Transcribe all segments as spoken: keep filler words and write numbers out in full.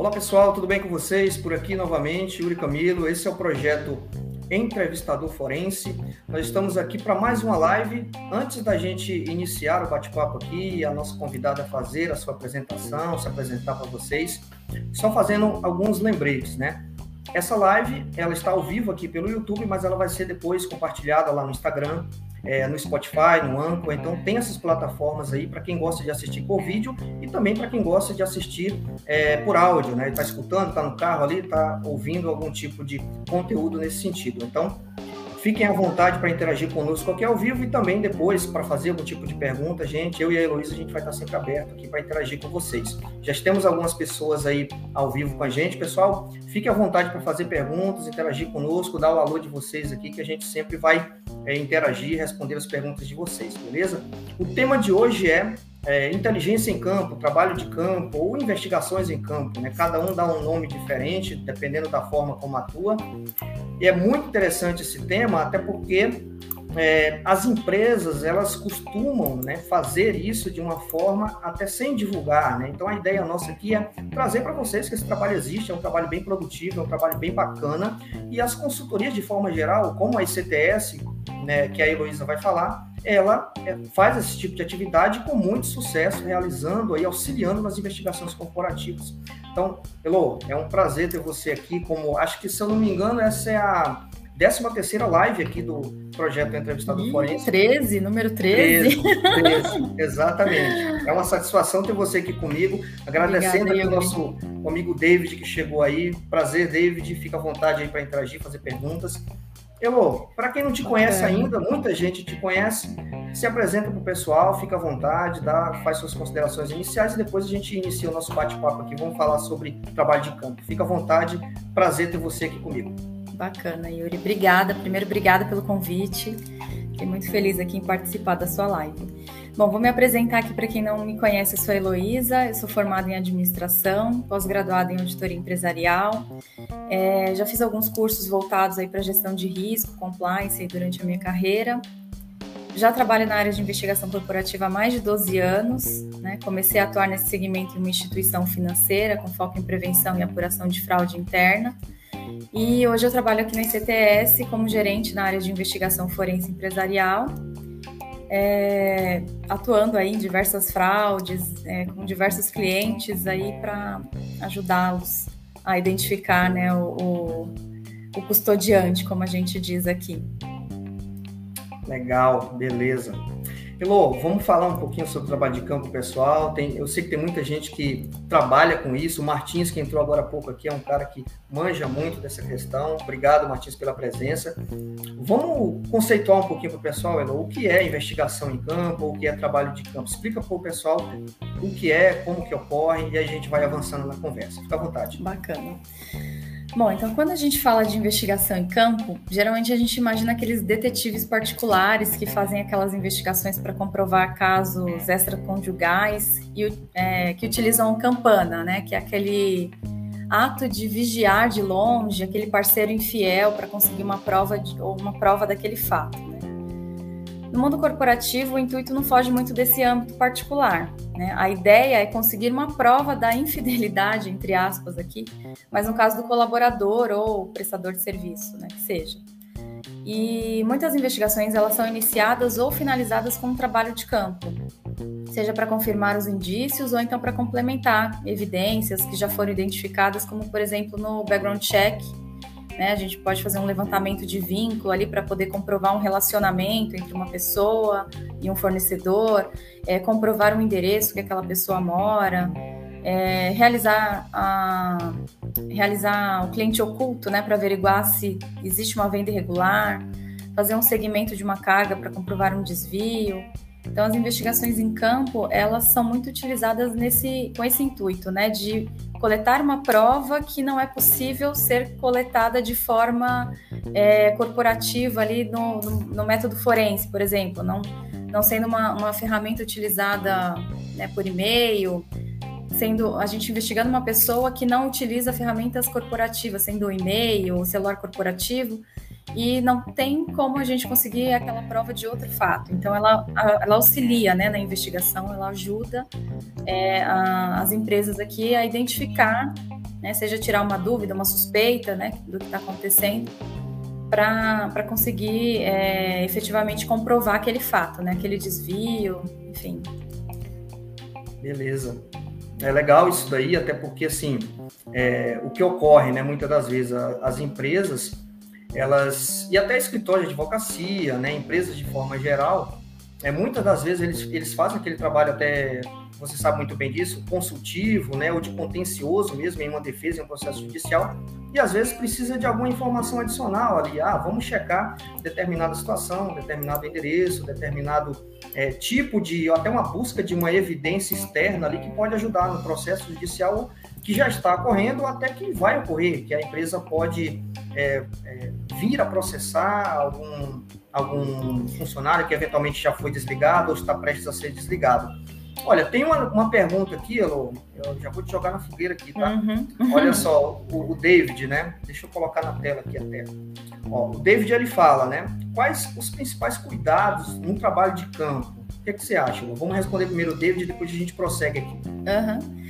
Olá pessoal, tudo bem com vocês? Por aqui novamente, Yuri Camilo. Esse é o projeto Entrevistador Forense. Nós estamos aqui para mais uma live. Antes da gente iniciar o bate-papo aqui, a nossa convidada a fazer a sua apresentação, se apresentar para vocês, só fazendo alguns lembretes, né? Essa live, ela está ao vivo aqui pelo YouTube, mas ela vai ser depois compartilhada lá no Instagram, é, no Spotify, no Anchor. Então tem essas plataformas aí para quem gosta de assistir por vídeo e também para quem gosta de assistir é, por áudio, né? Está escutando, está no carro ali, está ouvindo algum tipo de conteúdo nesse sentido. Então fiquem à vontade para interagir conosco aqui ao vivo e também depois para fazer algum tipo de pergunta, gente. Eu e a Heloísa, a gente vai estar sempre aberto aqui para interagir com vocês. Já temos algumas pessoas aí ao vivo com a gente. Pessoal, fiquem à vontade para fazer perguntas, interagir conosco, dar o alô de vocês aqui, que a gente sempre vai é, interagir e responder as perguntas de vocês, beleza? O tema de hoje é, é inteligência em campo, trabalho de campo ou investigações em campo, né? Cada um dá um nome diferente, dependendo da forma como atua. E é muito interessante esse tema, até porque é, as empresas, elas costumam, né, fazer isso de uma forma até sem divulgar, né? Então, a ideia nossa aqui é trazer para vocês que esse trabalho existe, é um trabalho bem produtivo, é um trabalho bem bacana, e as consultorias, de forma geral, como a I C T S, né, que a Heloísa vai falar, ela faz esse tipo de atividade com muito sucesso, realizando e auxiliando nas investigações corporativas. Então, Elo, é um prazer ter você aqui, como acho que, se eu não me engano, essa é a décima terceira live aqui do projeto Entrevistador Forense. treze, número treze. treze, treze, exatamente. É uma satisfação ter você aqui comigo, agradecendo Obrigada, aqui o nosso amigo David que chegou aí. Prazer, David, fica à vontade aí para interagir, fazer perguntas. Elô, para quem não te conhece é. ainda, muita gente te conhece, se apresenta para o pessoal, fica à vontade, dá, faz suas considerações iniciais e depois a gente inicia o nosso bate-papo aqui. Vamos falar sobre trabalho de campo. Fica à vontade, prazer ter você aqui comigo. Bacana, Yuri. Obrigada. Primeiro, obrigada pelo convite. Fiquei muito feliz aqui em participar da sua live. Bom, vou me apresentar aqui para quem não me conhece. Eu sou a Heloísa, eu sou formada em administração, pós-graduada em auditoria empresarial. É, já fiz alguns cursos voltados aí para gestão de risco, compliance aí durante a minha carreira. Já trabalho na área de investigação corporativa há mais de doze anos, né? Comecei a atuar nesse segmento em uma instituição financeira com foco em prevenção e apuração de fraude interna. E hoje eu trabalho aqui na I C T S como gerente na área de investigação forense empresarial, é, atuando aí em diversas fraudes, é, com diversos clientes aí para ajudá-los a identificar, né, o, o, o custodiante, como a gente diz aqui. Legal, beleza. Elô, vamos falar um pouquinho sobre o trabalho de campo, pessoal. Tem, eu sei que tem muita gente que trabalha com isso. O Martins, que entrou agora há pouco aqui, é um cara que manja muito dessa questão. Obrigado, Martins, pela presença. Vamos conceituar um pouquinho para o pessoal, Elô, o que é investigação em campo, o que é trabalho de campo. Explica para o pessoal o que é, como que ocorre, e aí a gente vai avançando na conversa. Fica à vontade. Bacana. Bom, então quando a gente fala de investigação em campo, geralmente a gente imagina aqueles detetives particulares que fazem aquelas investigações para comprovar casos extraconjugais e é, que utilizam campana, né? Que é aquele ato de vigiar de longe aquele parceiro infiel para conseguir uma prova de, ou uma prova daquele fato, né? No mundo corporativo, o intuito não foge muito desse âmbito particular, né? A ideia é conseguir uma prova da infidelidade, entre aspas aqui, mas no caso do colaborador ou prestador de serviço, né, que seja. E muitas investigações elas são iniciadas ou finalizadas com um trabalho de campo, seja para confirmar os indícios ou então para complementar evidências que já foram identificadas, como por exemplo no background check. Né, a gente pode fazer um levantamento de vínculo ali para poder comprovar um relacionamento entre uma pessoa e um fornecedor, é, comprovar o endereço que aquela pessoa mora, é, realizar, a, realizar o cliente oculto, né, para averiguar se existe uma venda irregular, fazer um segmento de uma carga para comprovar um desvio. Então, as investigações em campo, elas são muito utilizadas nesse, com esse intuito, né, de coletar uma prova que não é possível ser coletada de forma é, corporativa ali no, no, no método forense, por exemplo, não, não sendo uma, uma ferramenta utilizada, né, por e-mail, sendo a gente investigando uma pessoa que não utiliza ferramentas corporativas, sendo o e-mail, o celular corporativo, e não tem como a gente conseguir aquela prova de outro fato. Então, ela, ela auxilia, né, na investigação, ela ajuda é, a, as empresas aqui a identificar né, seja tirar uma dúvida, uma suspeita, né, do que está acontecendo, para conseguir é, efetivamente comprovar aquele fato, né, aquele desvio, enfim. Beleza. É legal isso daí, até porque, assim, é, o que ocorre, né, muitas das vezes, a, as empresas, elas, e até escritórios de advocacia, né, empresas de forma geral, é, muitas das vezes eles, eles fazem aquele trabalho até, você sabe muito bem disso, consultivo, né, ou de contencioso mesmo, em uma defesa, em um processo judicial, e às vezes precisa de alguma informação adicional ali, ah, vamos checar determinada situação, determinado endereço, determinado é, tipo de, ou até uma busca de uma evidência externa ali que pode ajudar no processo judicial que já está ocorrendo ou até que vai ocorrer, que a empresa pode é, é, vir a processar algum, algum funcionário que eventualmente já foi desligado ou está prestes a ser desligado. Olha, tem uma, uma pergunta aqui, Elô, eu já vou te jogar na fogueira aqui, tá? Uhum. Olha só, o, o David, né? Deixa eu colocar na tela aqui a tela. Ó, o David, ele fala, né? Quais os principais cuidados no trabalho de campo? O que, é que você acha, Elô? Vamos responder primeiro o David e depois a gente prossegue aqui. Uhum.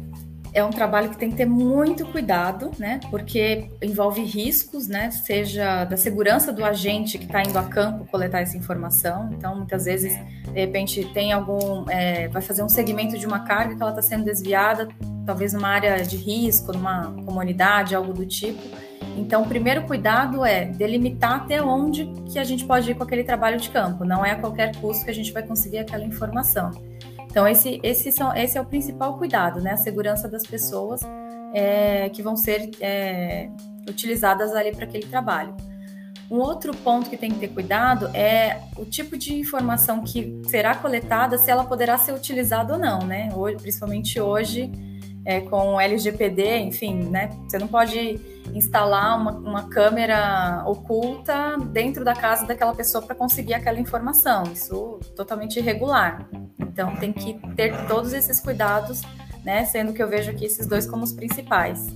É um trabalho que tem que ter muito cuidado, né? Porque envolve riscos, né? Seja da segurança do agente que está indo a campo coletar essa informação. Então, muitas vezes, de repente, tem algum... É, vai fazer um segmento de uma carga que ela está sendo desviada, talvez numa área de risco, numa comunidade, algo do tipo. Então, o primeiro cuidado é delimitar até onde que a gente pode ir com aquele trabalho de campo. Não é a qualquer custo que a gente vai conseguir aquela informação. Então, esse, esse, são, esse é o principal cuidado, né? A segurança das pessoas é, que vão ser é, utilizadas ali para aquele trabalho. Um outro ponto que tem que ter cuidado é o tipo de informação que será coletada, se ela poderá ser utilizada ou não, né? Hoje, principalmente hoje, é, com o L G P D, enfim, né? Você não pode instalar uma, uma câmera oculta dentro da casa daquela pessoa para conseguir aquela informação. Isso é totalmente irregular. Então, tem que ter todos esses cuidados, né? Sendo que eu vejo aqui esses dois como os principais.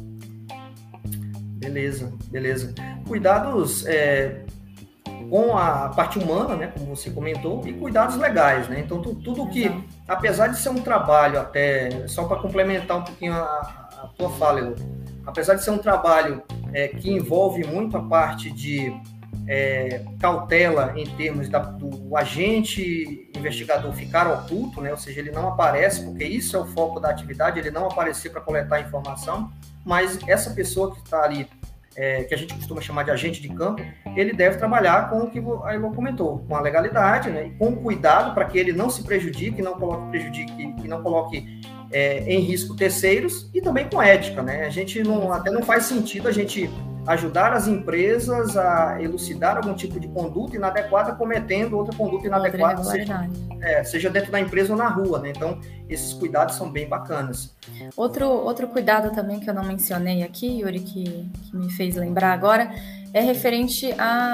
Beleza, beleza. Cuidados é, com a parte humana, né? Como você comentou, e cuidados legais, né? Então, tu, tudo que, Exato. Apesar de ser um trabalho até, só para complementar um pouquinho a, a tua fala, Elô, apesar de ser um trabalho é, que envolve muito a parte de É, cautela em termos da, do agente investigador ficar oculto, né? Ou seja, ele não aparece, porque isso é o foco da atividade, ele não aparecer para coletar informação, mas essa pessoa que está ali, é, que a gente costuma chamar de agente de campo, ele deve trabalhar com o que a Elô comentou, com a legalidade, né? E com cuidado para que ele não se prejudique, não coloque, prejudique, que não coloque é, em risco terceiros, e também com ética, né? A gente não, até não faz sentido a gente ajudar as empresas a elucidar algum tipo de conduta inadequada cometendo outra conduta inadequada, outra seja, é, seja dentro da empresa ou na rua, né? Então, esses cuidados são bem bacanas. Outro, outro cuidado também que eu não mencionei aqui, Yuri, que, que me fez lembrar agora, é referente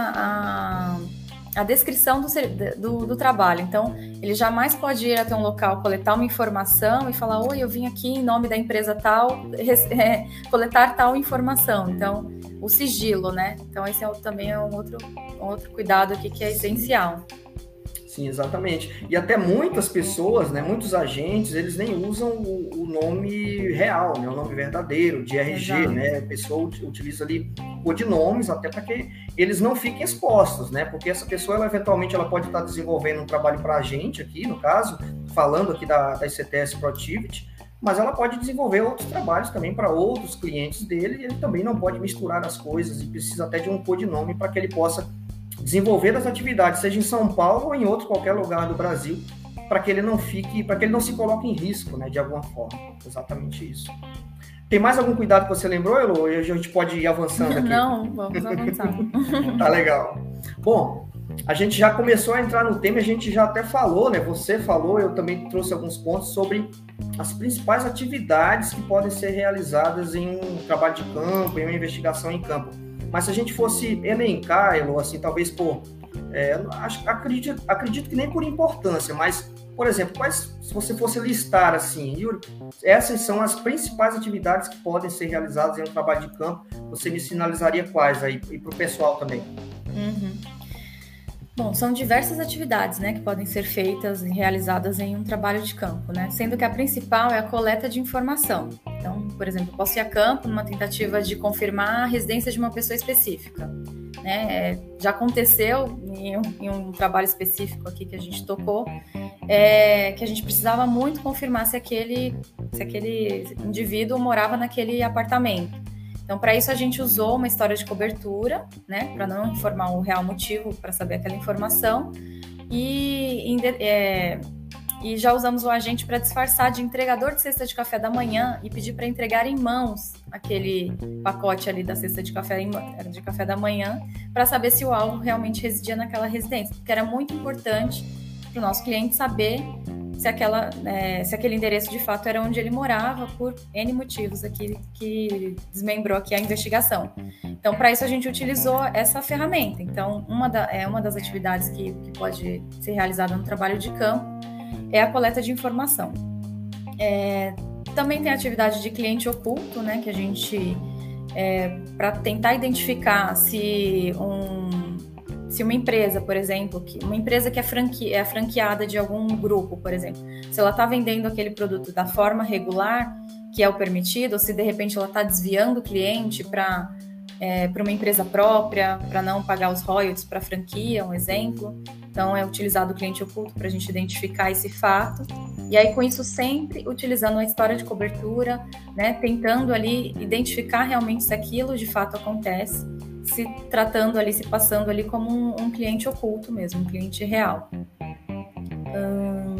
a... a... a descrição do, do, do trabalho. Então, ele jamais pode ir até um local, coletar uma informação e falar, oi, eu vim aqui em nome da empresa tal, é, coletar tal informação. Então, o sigilo, né? Então, esse é, também é um outro, um outro cuidado aqui que é essencial. Sim, exatamente. E até muitas pessoas, né, muitos agentes, eles nem usam o, o nome real, né, o nome verdadeiro, de R G, Exato. Né? A pessoa utiliza ali codinomes até para que eles não fiquem expostos, né? Porque essa pessoa, ela, eventualmente, ela pode estar desenvolvendo um trabalho para a gente aqui, no caso, falando aqui da, da I C T S Proactivity, mas ela pode desenvolver outros trabalhos também para outros clientes dele, e ele também não pode misturar as coisas e precisa até de um codinome para que ele possa desenvolver as atividades, seja em São Paulo ou em outro qualquer lugar do Brasil, para que ele não fique, para que ele não se coloque em risco, né, de alguma forma. Exatamente isso. Tem mais algum cuidado que você lembrou, Elô? A gente pode ir avançando aqui. Não, vamos avançar. Tá legal. Bom, a gente já começou a entrar no tema, a gente já até falou, né? Você falou, eu também trouxe alguns pontos sobre as principais atividades que podem ser realizadas em um trabalho de campo, em uma investigação em campo. Mas se a gente fosse elencar, Elô, assim, talvez por... É, acredito, acredito que nem por importância, mas, por exemplo, quais, se você fosse listar, assim, Yuri, essas são as principais atividades que podem ser realizadas em um trabalho de campo, você me sinalizaria quais aí, e para o pessoal também? Uhum. Bom, são diversas atividades, né, que podem ser feitas e realizadas em um trabalho de campo, né, sendo que a principal é a coleta de informação. Então, por exemplo, eu posso ir a campo numa tentativa de confirmar a residência de uma pessoa específica, né, já aconteceu em um, em um trabalho específico aqui que a gente tocou, é, que a gente precisava muito confirmar se aquele, se aquele indivíduo morava naquele apartamento. Então, para isso, a gente usou uma história de cobertura, né, para não informar o real motivo, para saber aquela informação, e, é, e já usamos o agente para disfarçar de entregador de cesta de café da manhã e pedir para entregar em mãos aquele pacote ali da cesta de café, de café da manhã, para saber se o alvo realmente residia naquela residência, porque era muito importante para o nosso cliente saber se, aquela, é, se aquele endereço de fato era onde ele morava, por N motivos aqui que desmembrou aqui a investigação. Então, para isso a gente utilizou essa ferramenta. Então, uma, da, é uma das atividades que, que pode ser realizada no trabalho de campo é a coleta de informação. É, também tem a atividade de cliente oculto, né, que a gente, é, para tentar identificar se um Se uma empresa, por exemplo, que, uma empresa que é, franque, é franqueada de algum grupo, por exemplo, se ela está vendendo aquele produto da forma regular, que é o permitido, ou se de repente ela está desviando o cliente para é, para uma empresa própria, para não pagar os royalties para a franquia, um exemplo. Então, é utilizado o cliente oculto para a gente identificar esse fato. E aí, com isso, sempre utilizando uma história de cobertura, né, tentando ali identificar realmente se aquilo de fato acontece, se tratando ali, se passando ali como um, um cliente oculto mesmo, um cliente real. Hum...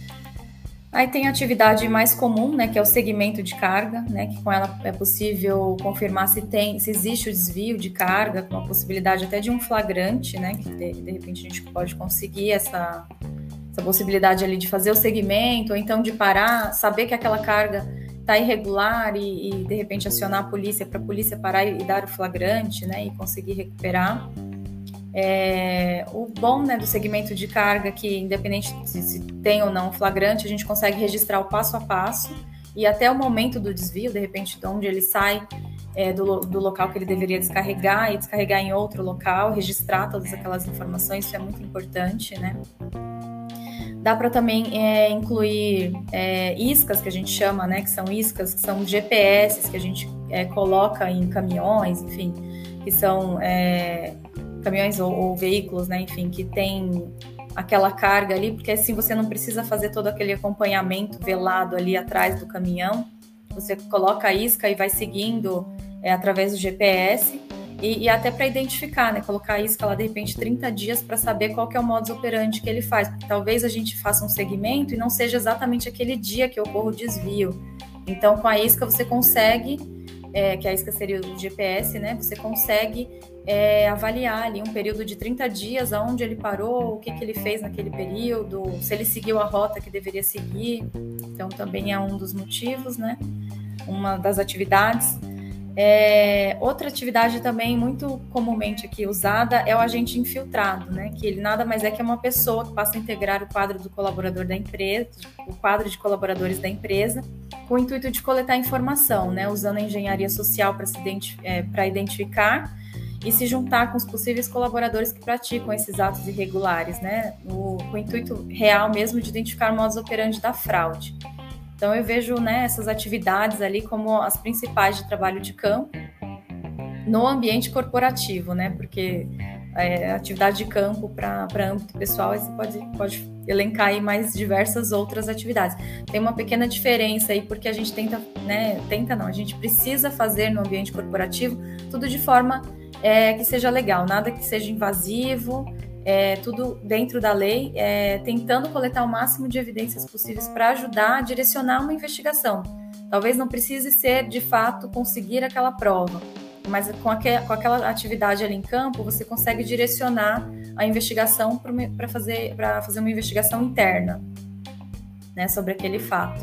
Aí tem a atividade mais comum, né, que é o segmento de carga, né, que com ela é possível confirmar se, tem, se existe o desvio de carga, com a possibilidade até de um flagrante, né, que de, de repente a gente pode conseguir essa, essa possibilidade ali de fazer o segmento, ou então de parar, saber que aquela carga está irregular e, e de repente acionar a polícia para a polícia parar e, e dar o flagrante, né, e conseguir recuperar. É, o bom, né, do segmento de carga, que independente de se tem ou não flagrante, a gente consegue registrar o passo a passo e até o momento do desvio, de repente de onde ele sai é, do, do local que ele deveria descarregar e descarregar em outro local, registrar todas aquelas informações, isso é muito importante, né? Dá para também é, incluir é, iscas, que a gente chama, né, que são iscas, que são G P S que a gente é, coloca em caminhões, enfim, que são é, caminhões ou, ou veículos, né, enfim, que tem aquela carga ali, porque assim você não precisa fazer todo aquele acompanhamento velado ali atrás do caminhão, você coloca a isca e vai seguindo é, através do G P S, e, e até para identificar, né, colocar a isca lá de repente trinta dias para saber qual que é o modus operandi que ele faz, porque talvez a gente faça um segmento e não seja exatamente aquele dia que ocorra o desvio. Então, com a isca você consegue, é, que a isca seria o G P S, né, você consegue é, avaliar ali um período de trinta dias, aonde ele parou, o que, que ele fez naquele período, se ele seguiu a rota que deveria seguir. Então, também é um dos motivos, né, uma das atividades. É, outra atividade também muito comumente aqui usada é o agente infiltrado, né? Que ele nada mais é que uma pessoa que passa a integrar o quadro do colaborador da empresa, o quadro de colaboradores da empresa, com o intuito de coletar informação, né? Usando a engenharia social para se identi- é, para identificar e se juntar com os possíveis colaboradores que praticam esses atos irregulares, né? O, com o intuito real mesmo de identificar o modus operandi da fraude. Então, eu vejo, né, essas atividades ali como as principais de trabalho de campo no ambiente corporativo, né? Porque é, atividade de campo para âmbito pessoal, você pode, pode elencar aí mais diversas outras atividades. Tem uma pequena diferença aí, porque a gente tenta, né, tenta não, a gente precisa fazer no ambiente corporativo tudo de forma é, que seja legal, nada que seja invasivo, É, tudo dentro da lei, é, tentando coletar o máximo de evidências possíveis para ajudar a direcionar uma investigação. Talvez não precise ser, de fato, conseguir aquela prova, mas com, aquel, com aquela atividade ali em campo, você consegue direcionar a investigação para fazer, para fazer uma investigação interna, né, sobre aquele fato.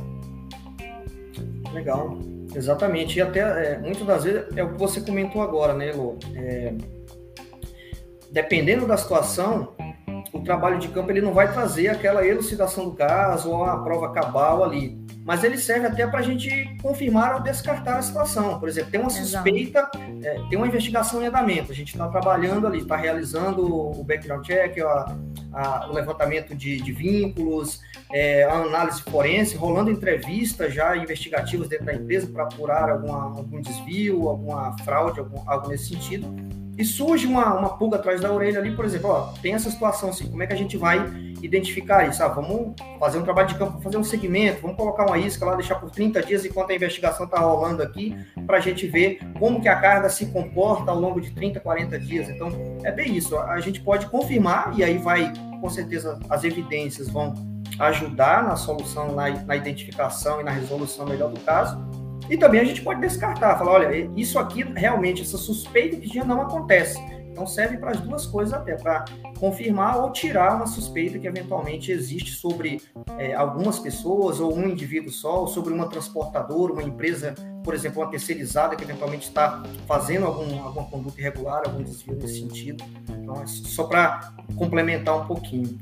Legal, exatamente. E até, é, muitas das vezes, é o que você comentou agora, né, Elô? É... Dependendo da situação, o trabalho de campo ele não vai trazer aquela elucidação do caso ou a prova cabal ali. mas ele serve até para a gente confirmar ou descartar a situação. Por exemplo, tem uma suspeita, é, tem uma investigação em andamento, a gente está trabalhando ali, está realizando o background check, a, a, o levantamento de, de vínculos, é, a análise forense, rolando entrevistas já investigativas dentro da empresa para apurar alguma, algum desvio, alguma fraude, algum, algo nesse sentido. E surge uma, uma pulga atrás da orelha ali, por exemplo, ó, tem essa situação assim, como é que a gente vai identificar isso? Ah, vamos fazer um trabalho de campo, fazer um segmento, vamos colocar uma isca lá, deixar por trinta dias enquanto a investigação está rolando aqui, para a gente ver como que a carga se comporta ao longo de trinta, quarenta dias. Então, é bem isso, a gente pode confirmar, e aí vai, com certeza, as evidências vão ajudar na solução, na, na identificação e na resolução melhor do caso. E também a gente pode descartar, falar, olha, isso aqui realmente, essa suspeita que já não acontece. Então serve para as duas coisas até, para confirmar ou tirar uma suspeita que eventualmente existe sobre é, algumas pessoas ou um indivíduo só, ou sobre uma transportadora, uma empresa, por exemplo, uma terceirizada que eventualmente está fazendo algum, alguma conduta irregular, algum desvio nesse sentido. Então é só para complementar um pouquinho.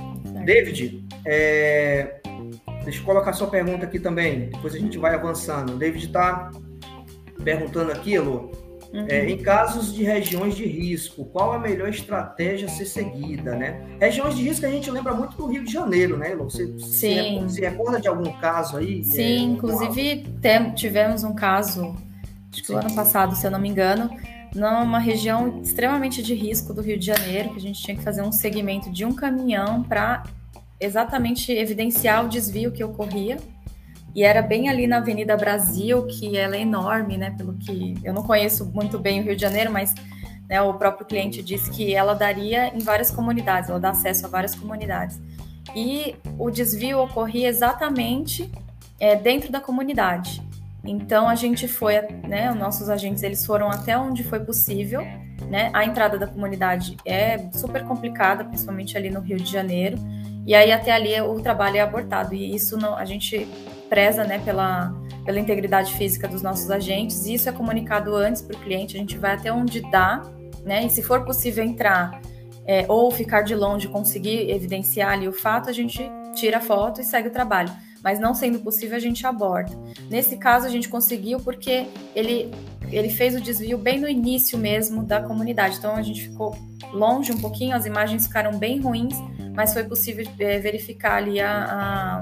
David, é... deixa eu colocar sua pergunta aqui também, depois a gente vai avançando. O David está perguntando aqui, Elô, uhum. é, em casos de regiões de risco, qual a melhor estratégia a ser seguida, né? Regiões de risco a gente lembra muito do Rio de Janeiro, né, Elô? Você Sim. se, se recorda de algum caso aí? Sim, é, inclusive tem, tivemos um caso, acho que no ano passado, se eu não me engano, numa região extremamente de risco do Rio de Janeiro, que a gente tinha que fazer um segmento de um caminhão para exatamente evidenciar o desvio que ocorria, e era bem ali na Avenida Brasil, que ela é enorme, né, pelo que eu não conheço muito bem o Rio de Janeiro, mas né, o próprio cliente disse que ela daria em várias comunidades, ela dá acesso a várias comunidades, e o desvio ocorria exatamente é, dentro da comunidade. Então a gente foi, né, os nossos agentes eles foram até onde foi possível, né, a entrada da comunidade é super complicada, principalmente ali no Rio de Janeiro. E aí até ali o trabalho é abortado, e isso não, a gente preza, né, pela, pela integridade física dos nossos agentes, e isso é comunicado antes para o cliente, a gente vai até onde dá, né, e se for possível entrar é, ou ficar de longe, conseguir evidenciar ali o fato, a gente tira a foto e segue o trabalho, mas não sendo possível a gente aborta. Nesse caso a gente conseguiu porque ele, ele fez o desvio bem no início mesmo da comunidade, então a gente ficou longe um pouquinho, as imagens ficaram bem ruins, mas foi possível é, verificar ali a,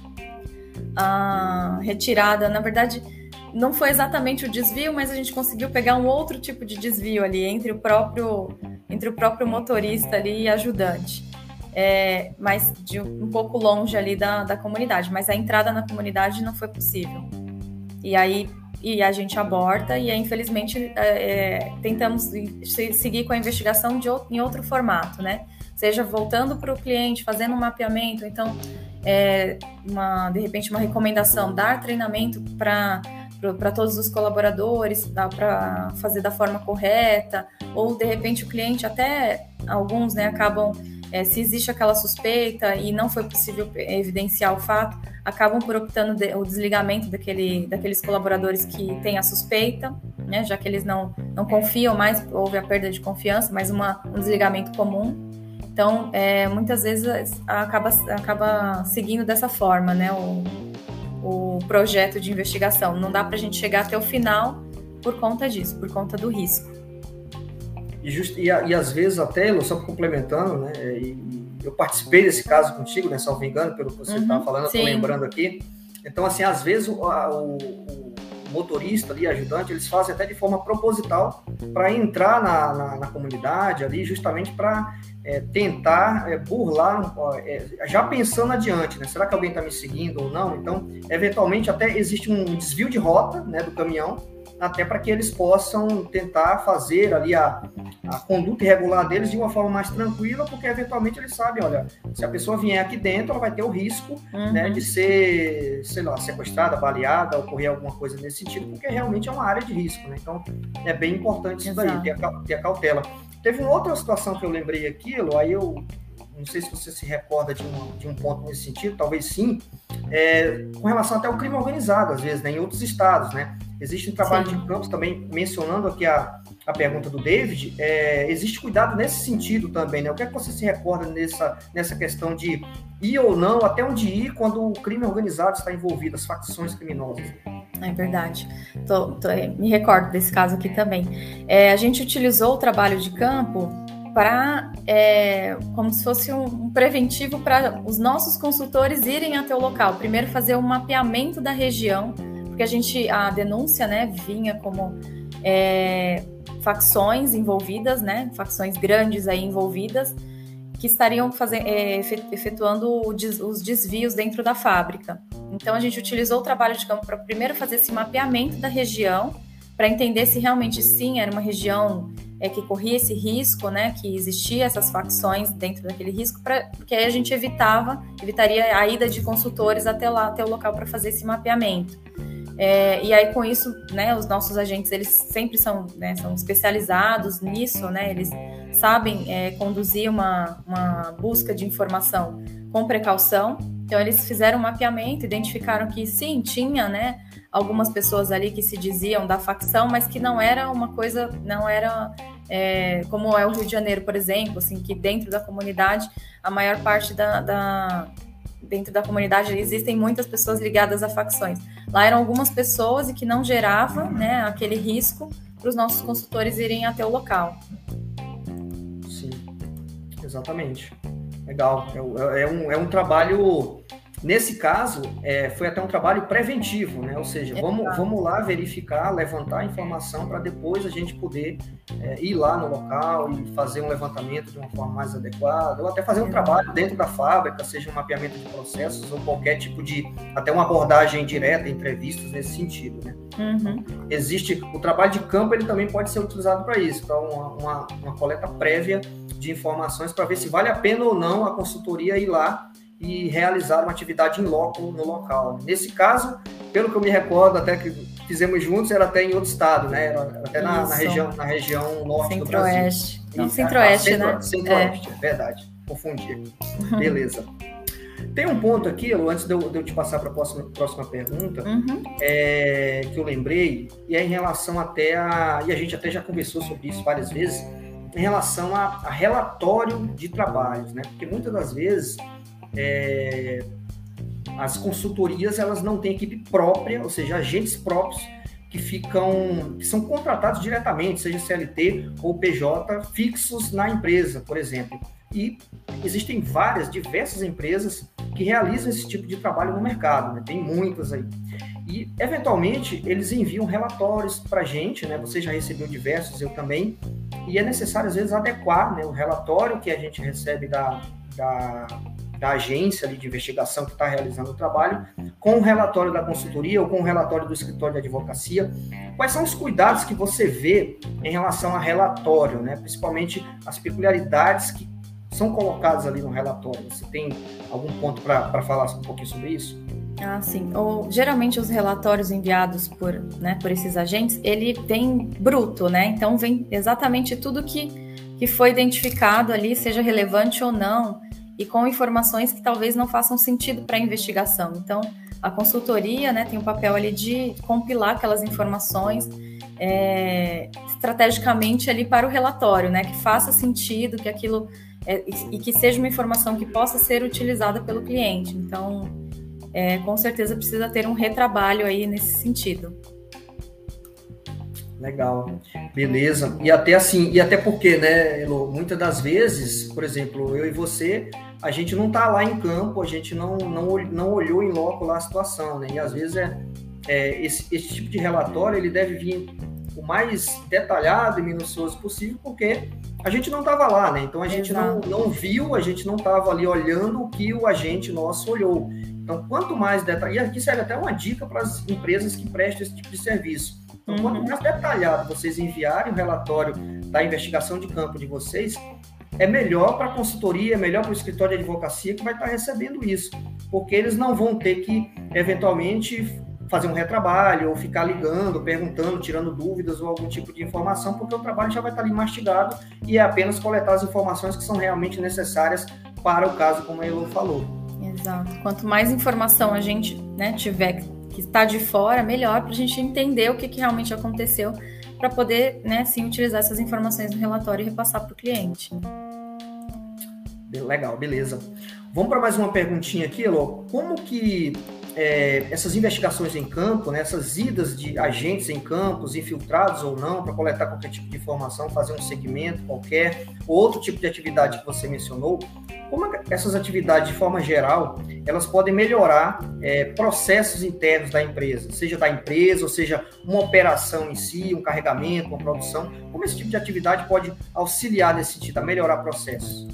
a, a retirada. Na verdade, não foi exatamente o desvio, mas a gente conseguiu pegar um outro tipo de desvio ali entre o próprio, entre o próprio motorista ali e ajudante. É, mas de um pouco longe ali da, da comunidade, mas a entrada na comunidade não foi possível. E aí e a gente aborta e aí, infelizmente, é, tentamos seguir com a investigação de, em outro formato, né? Seja voltando para o cliente, fazendo um mapeamento, então, é, uma, de repente, uma recomendação, dar treinamento para para todos os colaboradores, para fazer da forma correta, ou, de repente, o cliente, até alguns, né, acabam, é, se existe aquela suspeita e não foi possível evidenciar o fato, acabam por optando de, o desligamento daquele, daqueles colaboradores que têm a suspeita, né, já que eles não, não confiam mais, houve a perda de confiança, mas uma, um desligamento comum. Então, é, muitas vezes acaba, acaba seguindo dessa forma, né, o, o projeto de investigação. Não dá para a gente chegar até o final por conta disso, por conta do risco. E, just, e, e às vezes até, só complementando, né, e, eu participei desse caso contigo, né, salvo engano, pelo que você estava uhum, falando, eu estou lembrando aqui. Então, assim, às vezes o, a, o, o motorista ali, ajudante, eles fazem até de forma proposital para entrar na, na, na comunidade ali, justamente para é, tentar é, burlar, é, já pensando adiante, né? Será que alguém está me seguindo ou não? Então, eventualmente, até existe um desvio de rota, né, do caminhão, até para que eles possam tentar fazer ali a, a conduta irregular deles de uma forma mais tranquila, porque eventualmente eles sabem, olha, se a pessoa vier aqui dentro, ela vai ter o risco, uhum, né, de ser, sei lá, sequestrada, baleada, ocorrer alguma coisa nesse sentido, porque realmente é uma área de risco, né? Então, é bem importante isso daí, ter a, ter a cautela. Teve uma outra situação que eu lembrei aqui, Elo, aí eu não sei se você se recorda de um, de um ponto nesse sentido, talvez sim, é, com relação até ao crime organizado, às vezes, né, em outros estados, né? Existe um trabalho Sim. de campo também, mencionando aqui a, a pergunta do David, é, existe cuidado nesse sentido também, né? O que é que você se recorda nessa, nessa questão de ir ou não, até onde ir quando o crime organizado está envolvido, as facções criminosas? É verdade. Tô, tô, me recordo desse caso aqui também. É, a gente utilizou o trabalho de campo para, é, como se fosse um, um preventivo para os nossos consultores irem até o local. Primeiro fazer um mapeamento da região, porque a gente, a denúncia, né, vinha como é, facções envolvidas, né, facções grandes aí envolvidas, que estariam fazer, é, efetuando os desvios dentro da fábrica. Então, a gente utilizou o trabalho de campo para primeiro fazer esse mapeamento da região, para entender se realmente sim era uma região é, que corria esse risco, né, que existia essas facções dentro daquele risco, pra, porque aí a gente evitava, evitaria a ida de consultores até lá, até o local para fazer esse mapeamento. É, e aí com isso, né, os nossos agentes, eles sempre são, né, são especializados nisso, né, eles sabem é, conduzir uma, uma busca de informação com precaução. Então eles fizeram um mapeamento, identificaram que sim, tinha, né, algumas pessoas ali que se diziam da facção, mas que não era uma coisa, não era é, como é o Rio de Janeiro, por exemplo, assim, que dentro da comunidade, a maior parte da, da dentro da comunidade existem muitas pessoas ligadas a facções. Lá eram algumas pessoas e que não gerava, né, aquele risco para os nossos consultores irem até o local. Sim, exatamente. Legal. É, é, um, é um trabalho, nesse caso, é, foi até um trabalho preventivo, né? Ou seja, vamos, vamos lá verificar, levantar a informação para depois a gente poder é, ir lá no local e fazer um levantamento de uma forma mais adequada, ou até fazer um trabalho dentro da fábrica, seja um mapeamento de processos ou qualquer tipo de, até uma abordagem direta, entrevistas nesse sentido, né? Uhum. Existe, o trabalho de campo, ele também pode ser utilizado para isso, para uma, uma, uma coleta prévia de informações para ver se vale a pena ou não a consultoria ir lá e realizar uma atividade em loco no local. Nesse caso, pelo que eu me recordo, até que fizemos juntos, era até em outro estado, né? Era até na, na, região, na região norte do Brasil. Centro-Oeste. Não, Centro-Oeste, centro, né? Centro-Oeste, é. é verdade. Confundi. Beleza. Tem um ponto aqui, Elo, antes de eu, de eu te passar para a próxima, próxima pergunta, uhum. é, que eu lembrei, e é em relação até a... E a gente até já conversou sobre isso várias vezes, em relação a, a relatório de trabalhos, né? Porque muitas das vezes é, as consultorias, elas não têm equipe própria, ou seja, agentes próprios que ficam, que são contratados diretamente, seja C L T ou P J, fixos na empresa, por exemplo. E existem várias, diversas empresas que realizam esse tipo de trabalho no mercado, né? Tem muitas aí. E, eventualmente, eles enviam relatórios para a gente, né? Você já recebeu diversos, eu também, e é necessário, às vezes, adequar, né, o relatório que a gente recebe da, da, da agência ali de investigação que está realizando o trabalho com o relatório da consultoria ou com o relatório do escritório de advocacia. Quais são os cuidados que você vê em relação a relatório, né? Principalmente as peculiaridades que são colocadas ali no relatório? Você tem algum ponto para falar um pouquinho sobre isso? Ah, sim. Ou, geralmente os relatórios enviados por, né, por esses agentes, ele vem bruto, né? Então vem exatamente tudo que, que foi identificado ali, seja relevante ou não, e com informações que talvez não façam sentido para a investigação. Então, a consultoria, né, tem o papel ali de compilar aquelas informações é, estrategicamente ali para o relatório, né? Que faça sentido, que aquilo é, e, e que seja uma informação que possa ser utilizada pelo cliente. Então, É, com certeza precisa ter um retrabalho aí nesse sentido. Legal, beleza. E até assim, e até porque, né, Elo, muitas das vezes, por exemplo, eu e você, a gente não tá lá em campo, a gente não, não, não olhou em loco lá a situação, né? E às vezes é, é esse, esse tipo de relatório, ele deve vir o mais detalhado e minucioso possível, porque a gente não estava lá, né? Então a gente não, não viu, a gente não estava ali olhando o que o agente nosso olhou. Então, quanto mais detalhado, e aqui serve até uma dica para as empresas que prestam esse tipo de serviço. Então, uhum. quanto mais detalhado vocês enviarem o relatório da investigação de campo de vocês, é melhor para a consultoria, é melhor para o escritório de advocacia que vai estar recebendo isso, porque eles não vão ter que, eventualmente, fazer um retrabalho, ou ficar ligando, perguntando, tirando dúvidas ou algum tipo de informação, porque o trabalho já vai estar ali mastigado e é apenas coletar as informações que são realmente necessárias para o caso, como a Elo falou. Exato. Quanto mais informação a gente, né, tiver que está de fora, melhor para a gente entender o que, que realmente aconteceu, para poder, né, sim, utilizar essas informações no relatório e repassar para o cliente. Legal, beleza. Vamos para mais uma perguntinha aqui, Elô. Como que é, essas investigações em campo, né, essas idas de agentes em campos, infiltrados ou não, para coletar qualquer tipo de informação, fazer um segmento qualquer, ou outro tipo de atividade que você mencionou, como essas atividades, de forma geral, elas podem melhorar é, processos internos da empresa, seja da empresa, ou seja, uma operação em si, um carregamento, uma produção, como esse tipo de atividade pode auxiliar nesse sentido, a melhorar processos?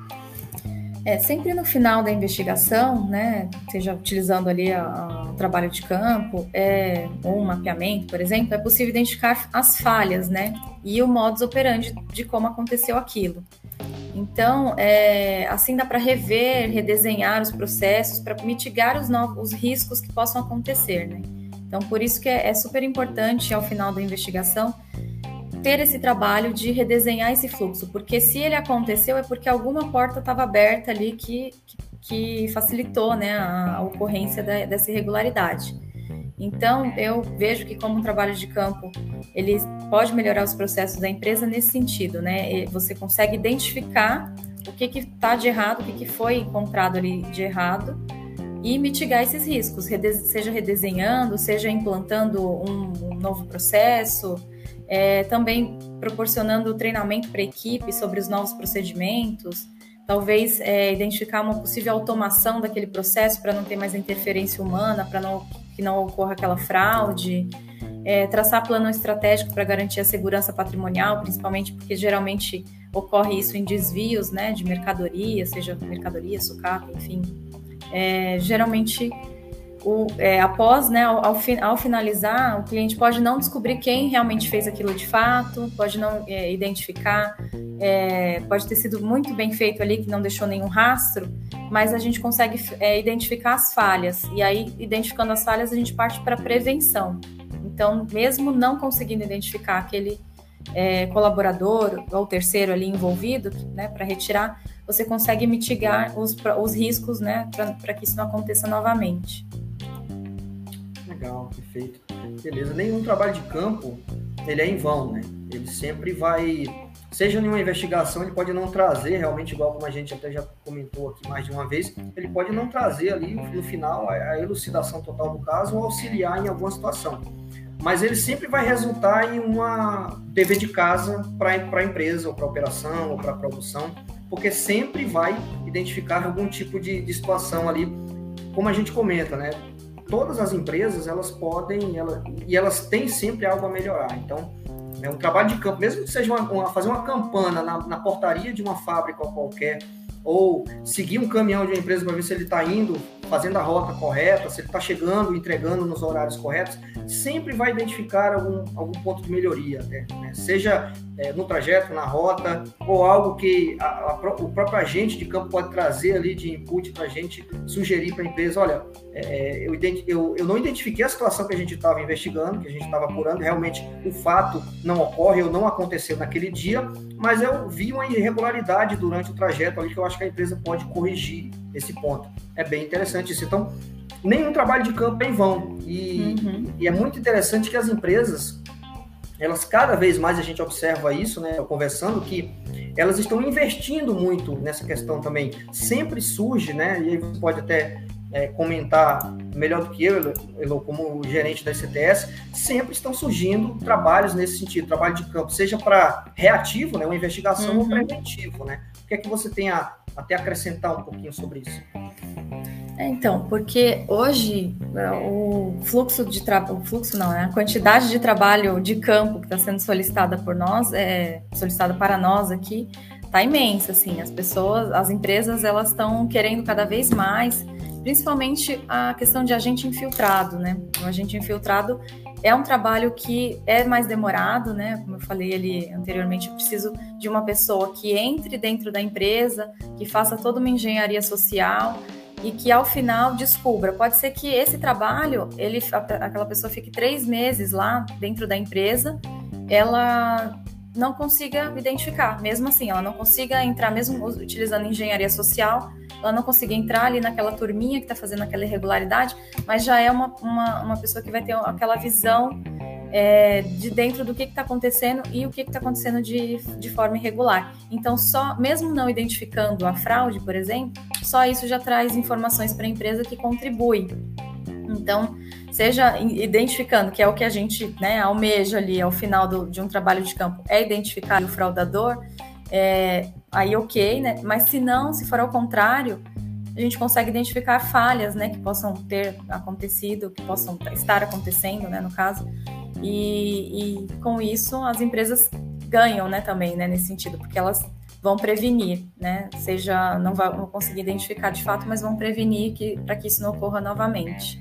É, sempre no final da investigação, né, seja utilizando ali a, a, o trabalho de campo, é, ou um mapeamento, por exemplo, é possível identificar as falhas, né, e o modus operandi de como aconteceu aquilo. Então, é, assim dá para rever, redesenhar os processos para mitigar os, novos, os riscos que possam acontecer, né. Então, por isso que é, é super importante, ao final da investigação, ter esse trabalho de redesenhar esse fluxo, porque se ele aconteceu é porque alguma porta estava aberta ali que, que facilitou, né, a, a ocorrência da, dessa irregularidade. Então, eu vejo que como um trabalho de campo, ele pode melhorar os processos da empresa nesse sentido, né? Você consegue identificar o que está de errado, o que, que foi encontrado ali de errado e mitigar esses riscos, seja redesenhando, seja implantando um, um novo processo, É, também proporcionando treinamento para a equipe sobre os novos procedimentos, talvez é, identificar uma possível automação daquele processo para não ter mais interferência humana, para não, que não ocorra aquela fraude, é, traçar plano estratégico para garantir a segurança patrimonial, principalmente porque geralmente ocorre isso em desvios, né, de mercadoria, seja mercadoria, sucata, enfim. É, geralmente... O, é, após, né, ao, ao, ao finalizar, o cliente pode não descobrir quem realmente fez aquilo de fato, pode não é, identificar, é, pode ter sido muito bem feito ali, que não deixou nenhum rastro, mas a gente consegue é, identificar as falhas, e aí, identificando as falhas, a gente parte para a prevenção. Então, mesmo não conseguindo identificar aquele é, colaborador ou terceiro ali envolvido, né, para retirar, você consegue mitigar os, os riscos, né, para que isso não aconteça novamente. Legal, perfeito. Beleza. Nenhum trabalho de campo, ele é em vão, né? Ele sempre vai, seja em uma investigação, ele pode não trazer, realmente, igual como a gente até já comentou aqui mais de uma vez, ele pode não trazer ali, no final, a elucidação total do caso ou auxiliar em alguma situação. Mas ele sempre vai resultar em uma dever de casa para a empresa, ou para a operação, ou para a produção, porque sempre vai identificar algum tipo de, de situação ali, como a gente comenta, né? Todas as empresas, elas podem, elas, e elas têm sempre algo a melhorar. Então, é um trabalho de campo, mesmo que seja uma, uma, fazer uma campana na, na portaria de uma fábrica qualquer, ou seguir um caminhão de uma empresa para ver se ele está indo, fazendo a rota correta, se ele está chegando, entregando nos horários corretos, sempre vai identificar algum, algum ponto de melhoria, né? Seja é, no trajeto, na rota, ou algo que a, a, o próprio agente de campo pode trazer ali de input para a gente, sugerir para a empresa, olha, é, eu, eu, eu não identifiquei a situação que a gente estava investigando, que a gente estava apurando, realmente o fato não ocorre ou não aconteceu naquele dia, mas eu vi uma irregularidade durante o trajeto ali que eu acho que a empresa pode corrigir esse ponto. É bem interessante isso. Então, nenhum trabalho de campo é em vão. E, uhum. e é muito interessante que as empresas, elas cada vez mais, a gente observa isso, né, conversando, que elas estão investindo muito nessa questão também. Sempre surge, né, e aí você pode até é, comentar melhor do que eu, Elô, como gerente da C T S, sempre estão surgindo trabalhos nesse sentido, trabalho de campo, seja para reativo, né, uma investigação, uhum. ou preventivo, né? O que é que você tem a até acrescentar um pouquinho sobre isso? É, então, porque hoje o fluxo de trabalho, o fluxo não, né? A quantidade de trabalho de campo que está sendo solicitada por nós, é, solicitada para nós aqui, está imensa, assim. As pessoas, as empresas, elas estão querendo cada vez mais, principalmente a questão de agente infiltrado, né? O agente infiltrado é um trabalho que é mais demorado, né? Como eu falei ali anteriormente, eu preciso de uma pessoa que entre dentro da empresa, que faça toda uma engenharia social e que ao final descubra. Pode ser que esse trabalho, ele, aquela pessoa fique três meses lá dentro da empresa, ela não consiga identificar. Mesmo assim, ela não consiga entrar, mesmo utilizando engenharia social, ela não consiga entrar ali naquela turminha que está fazendo aquela irregularidade, mas já é uma, uma, uma pessoa que vai ter aquela visão é, de dentro do que está acontecendo e o que está acontecendo de, de forma irregular. Então, só, mesmo não identificando a fraude, por exemplo, só isso já traz informações para a empresa que contribui. Então, seja identificando, que é o que a gente, né, almeja ali ao final do, de um trabalho de campo, é identificar o fraudador, é, aí ok, né? Mas se não, se for ao contrário, a gente consegue identificar falhas, né, que possam ter acontecido, que possam estar acontecendo, né, no caso, e, e com isso as empresas ganham, né, também, né, nesse sentido, porque elas vão prevenir, né, seja, não vão conseguir identificar de fato, mas vão prevenir que, para que isso não ocorra novamente.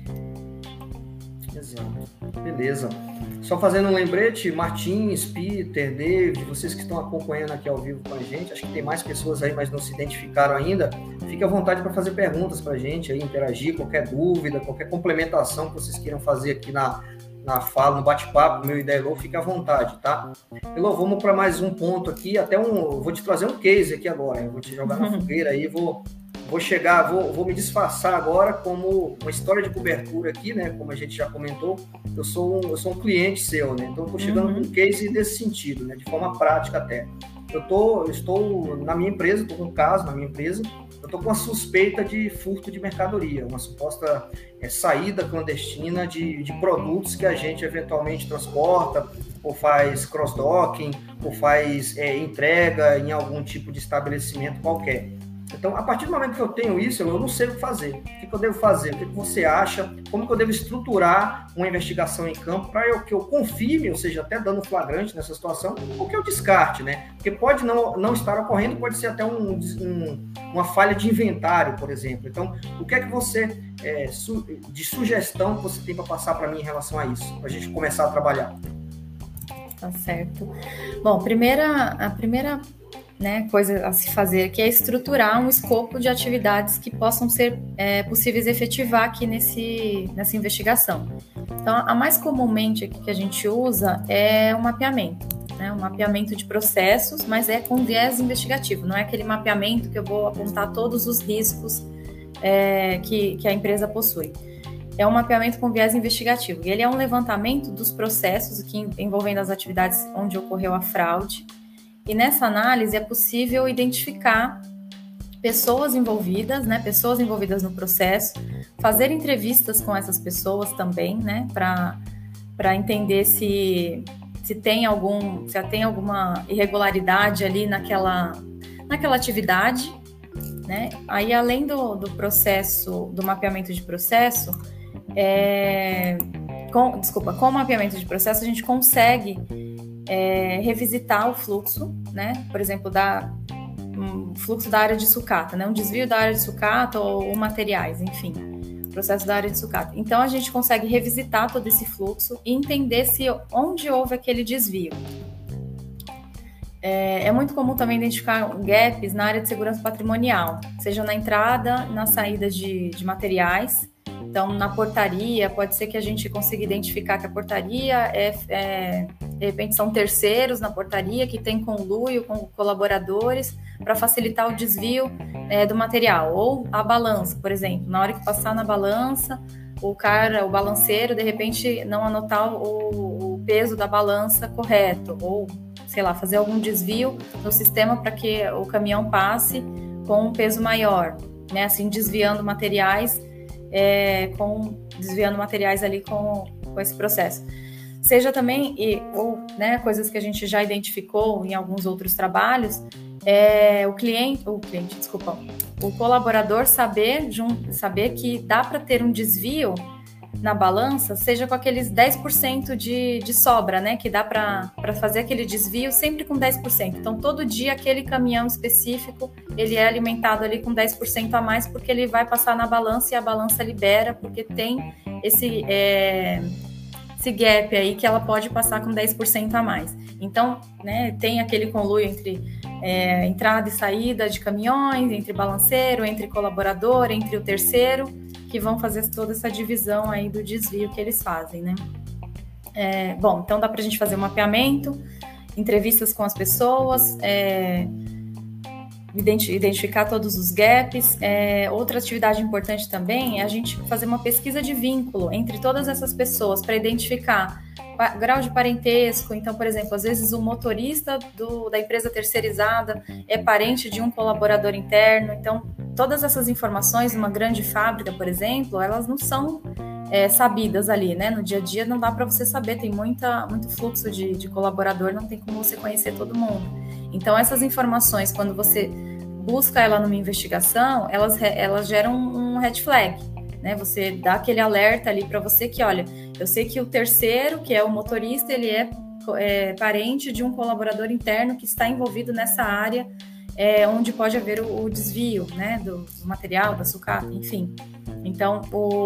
Exato. Beleza. Só fazendo um lembrete, Martins, Peter, David, vocês que estão acompanhando aqui ao vivo com a gente, acho que tem mais pessoas aí, mas não se identificaram ainda, fique à vontade para fazer perguntas para a gente, aí, interagir, qualquer dúvida, qualquer complementação que vocês queiram fazer aqui na, na fala, no bate-papo, meu e da Elô, fique à vontade, tá? Elô, vamos para mais um ponto aqui, até um, vou te trazer um case aqui agora, eu vou te jogar na fogueira aí, vou... Vou chegar, vou, vou me disfarçar agora como uma história de cobertura aqui, né? Como a gente já comentou, eu sou um, eu sou um cliente seu, né? Então, eu estou chegando uhum. com um case desse sentido, né? De forma prática até. Eu, tô, eu estou na minha empresa, estou com um caso na minha empresa, eu estou com uma suspeita de furto de mercadoria, uma suposta é, saída clandestina de, de produtos que a gente eventualmente transporta, ou faz cross-docking, ou faz é, entrega em algum tipo de estabelecimento qualquer. Então, a partir do momento que eu tenho isso, eu não sei o que fazer. O que eu devo fazer? O que você acha? Como que eu devo estruturar uma investigação em campo para eu, que eu confirme, ou seja, até dando flagrante nessa situação, ou que eu descarte, né? Porque pode não, não estar ocorrendo, pode ser até um, um, uma falha de inventário, por exemplo. Então, o que é que você, é, su, de sugestão que você tem para passar para mim em relação a isso? Para a gente começar a trabalhar. Tá certo. Bom, primeira, a primeira... né, coisa a se fazer, que é estruturar um escopo de atividades que possam ser é, possíveis efetivar aqui nesse, nessa investigação. Então, a mais comumente aqui que a gente usa é o mapeamento, né, um mapeamento de processos, mas é com viés investigativo, não é aquele mapeamento que eu vou apontar todos os riscos é, que, que a empresa possui. É um mapeamento com viés investigativo, e ele é um levantamento dos processos que, envolvendo as atividades onde ocorreu a fraude. E nessa análise é possível identificar pessoas envolvidas, né, pessoas envolvidas no processo, fazer entrevistas com essas pessoas também, né, para para entender se, se tem algum, se tem alguma irregularidade ali naquela, naquela atividade, né? Aí, além do, do processo, do mapeamento de processo, é, com, desculpa, com o mapeamento de processo a gente consegue É, revisitar o fluxo, né? Por exemplo, da, um fluxo da área de sucata, né? Um desvio da área de sucata ou, ou materiais, enfim, processo da área de sucata. Então, a gente consegue revisitar todo esse fluxo e entender se onde houve aquele desvio. É, é muito comum também identificar gaps na área de segurança patrimonial, seja na entrada, na saída de, de materiais. Então, na portaria, pode ser que a gente consiga identificar que a portaria é, é de repente são terceiros na portaria que tem conluio com colaboradores para facilitar o desvio é, do material. Ou a balança, por exemplo, na hora que passar na balança, o cara, o balanceiro, de repente não anotar o, o peso da balança correto, ou, sei lá, fazer algum desvio no sistema para que o caminhão passe com um peso maior, né? Assim, desviando materiais, é, com, desviando materiais ali com, com esse processo. Seja também, e, ou né, coisas que a gente já identificou em alguns outros trabalhos, é, o cliente, o cliente, desculpa, o colaborador saber, saber que dá para ter um desvio na balança, seja com aqueles dez por cento de, de sobra, né? Que dá para fazer aquele desvio sempre com dez por cento. Então, todo dia, aquele caminhão específico, ele é alimentado ali com dez por cento a mais, porque ele vai passar na balança e a balança libera, porque tem esse, é, esse gap aí que ela pode passar com dez por cento a mais. Então, né, tem aquele conluio entre é, entrada e saída de caminhões, entre balanceiro, entre colaborador, entre o terceiro, que vão fazer toda essa divisão aí do desvio que eles fazem, né? É, bom, então dá para a gente fazer o mapeamento entrevistas com as pessoas, é, identificar todos os gaps. É, outra atividade importante também é a gente fazer uma pesquisa de vínculo entre todas essas pessoas para identificar grau de parentesco. Então, por exemplo, às vezes o motorista do, da empresa terceirizada é parente de um colaborador interno. Então, todas essas informações, uma grande fábrica, por exemplo, elas não são é, sabidas ali, né? No dia a dia não dá para você saber, tem muita, muito fluxo de, de colaborador, não tem como você conhecer todo mundo. Então, essas informações, quando você busca ela numa investigação, elas, elas geram um red flag, né? Você dá aquele alerta ali para você que, olha, eu sei que o terceiro, que é o motorista, ele é, é parente de um colaborador interno que está envolvido nessa área, é, onde pode haver o, o desvio, né, do, do material, da sucata, enfim. Então,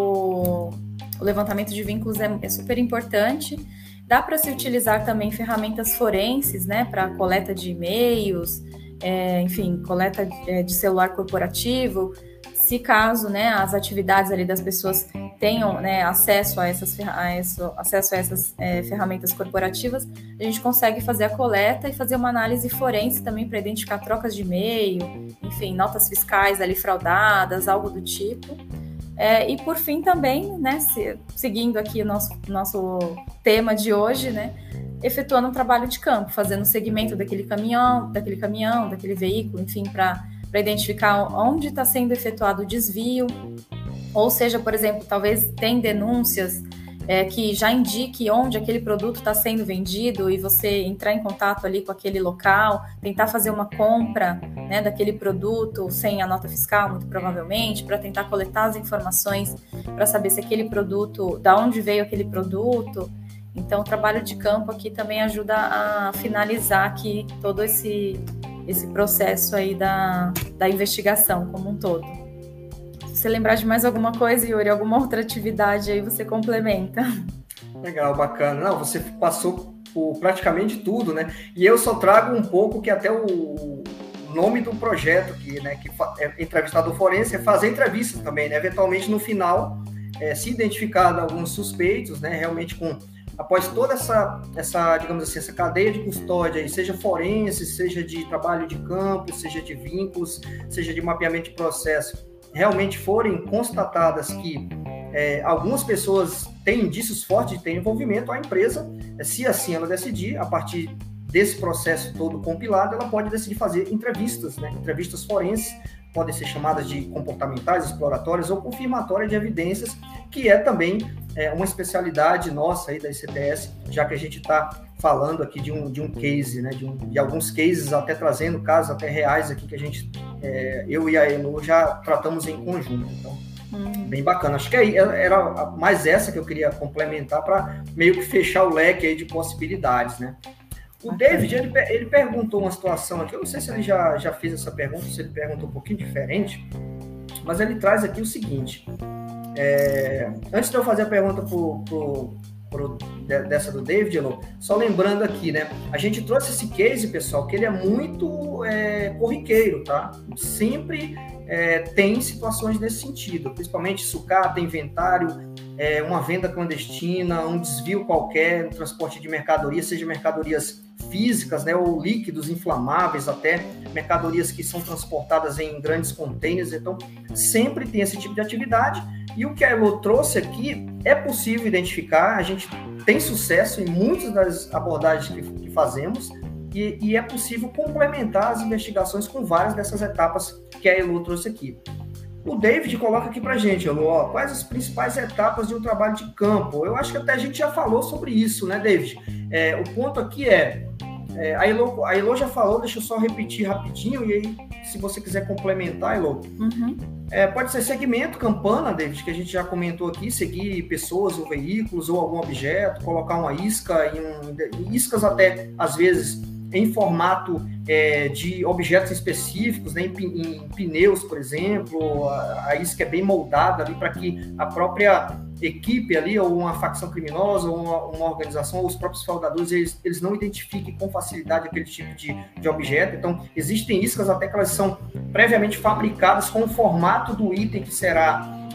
o, o levantamento de vínculos é, é super importante. Dá para se utilizar também ferramentas forenses, né, para coleta de e-mails, é, enfim, coleta de, de celular corporativo, se caso, né, as atividades ali das pessoas tenham, né, acesso a essas, a isso, acesso a essas é, ferramentas corporativas, a gente consegue fazer a coleta e fazer uma análise forense também para identificar trocas de e-mail, enfim, notas fiscais ali fraudadas, algo do tipo. É, e por fim também, né, se, seguindo aqui o nosso, nosso tema de hoje, né, efetuando um trabalho de campo, fazendo o segmento daquele caminhão, daquele caminhão, daquele veículo, enfim, para para identificar onde está sendo efetuado o desvio, ou seja, por exemplo, talvez tem denúncias é, que já indique onde aquele produto está sendo vendido e você entrar em contato ali com aquele local, tentar fazer uma compra, né, daquele produto sem a nota fiscal, muito provavelmente, para tentar coletar as informações para saber se aquele produto, da onde veio aquele produto. Então, o trabalho de campo aqui também ajuda a finalizar aqui todo esse esse processo aí da, da investigação como um todo. Se você lembrar de mais alguma coisa, Yuri, alguma outra atividade aí, você complementa. Legal, bacana. Não, você passou por praticamente tudo, né? E eu só trago um pouco que até o nome do projeto aqui, né? Que é entrevistador forense, é fazer entrevistas também, né? Eventualmente, no final, é, se identificar alguns suspeitos, né? Realmente com... após toda essa, essa, digamos assim, essa cadeia de custódia, aí, seja forense, seja de trabalho de campo, seja de vínculos, seja de mapeamento de processo, realmente forem constatadas que é, algumas pessoas têm indícios fortes de ter envolvimento, a empresa, se assim ela decidir, a partir desse processo todo compilado, ela pode decidir fazer entrevistas, né? Entrevistas forenses, podem ser chamadas de comportamentais, exploratórias ou confirmatórias de evidências, que é também é, uma especialidade nossa aí da I C T S, já que a gente está falando aqui de um, de um case, né, de, um, de alguns cases, até trazendo casos até reais aqui que a gente, é, eu e a Elo já tratamos em conjunto. Então, hum. bem bacana. Acho que aí era mais essa que eu queria complementar para meio que fechar o leque aí de possibilidades, né? O David, ele, ele perguntou uma situação aqui, eu não sei se ele já, já fez essa pergunta, se ele perguntou um pouquinho diferente, mas ele traz aqui o seguinte, é, antes de eu fazer a pergunta pro, pro, pro, dessa do David, Elô, só lembrando aqui, né, a gente trouxe esse case, pessoal, que ele é muito é, corriqueiro, tá? Sempre é, tem situações nesse sentido, principalmente sucata, inventário, é, uma venda clandestina, um desvio qualquer, um transporte de mercadoria, seja mercadorias físicas, né, ou líquidos inflamáveis, até mercadorias que são transportadas em grandes containers. Então, sempre tem esse tipo de atividade. E o que a Elo trouxe aqui é possível identificar, a gente tem sucesso em muitas das abordagens que, que fazemos, e, e é possível complementar as investigações com várias dessas etapas que a Elo trouxe aqui. O David coloca aqui pra gente, Elo, ó, quais as principais etapas de um trabalho de campo? Eu acho que até a gente já falou sobre isso, né, David? É, o ponto aqui é, é a, Elo, a Elo já falou, deixa eu só repetir rapidinho, e aí, se você quiser complementar, Elo, uhum. é, pode ser segmento, campana, David, que a gente já comentou aqui, seguir pessoas ou veículos ou algum objeto, colocar uma isca, em um, iscas até, às vezes, em formato é, de objetos específicos, né, em, em pneus, por exemplo, a, a isca é bem moldada ali para que a própria equipe ali, ou uma facção criminosa, ou uma, uma organização, ou os próprios fraudadores, eles, eles não identifiquem com facilidade aquele tipo de, de objeto. Então, existem iscas até que elas são previamente fabricadas com o formato do item que será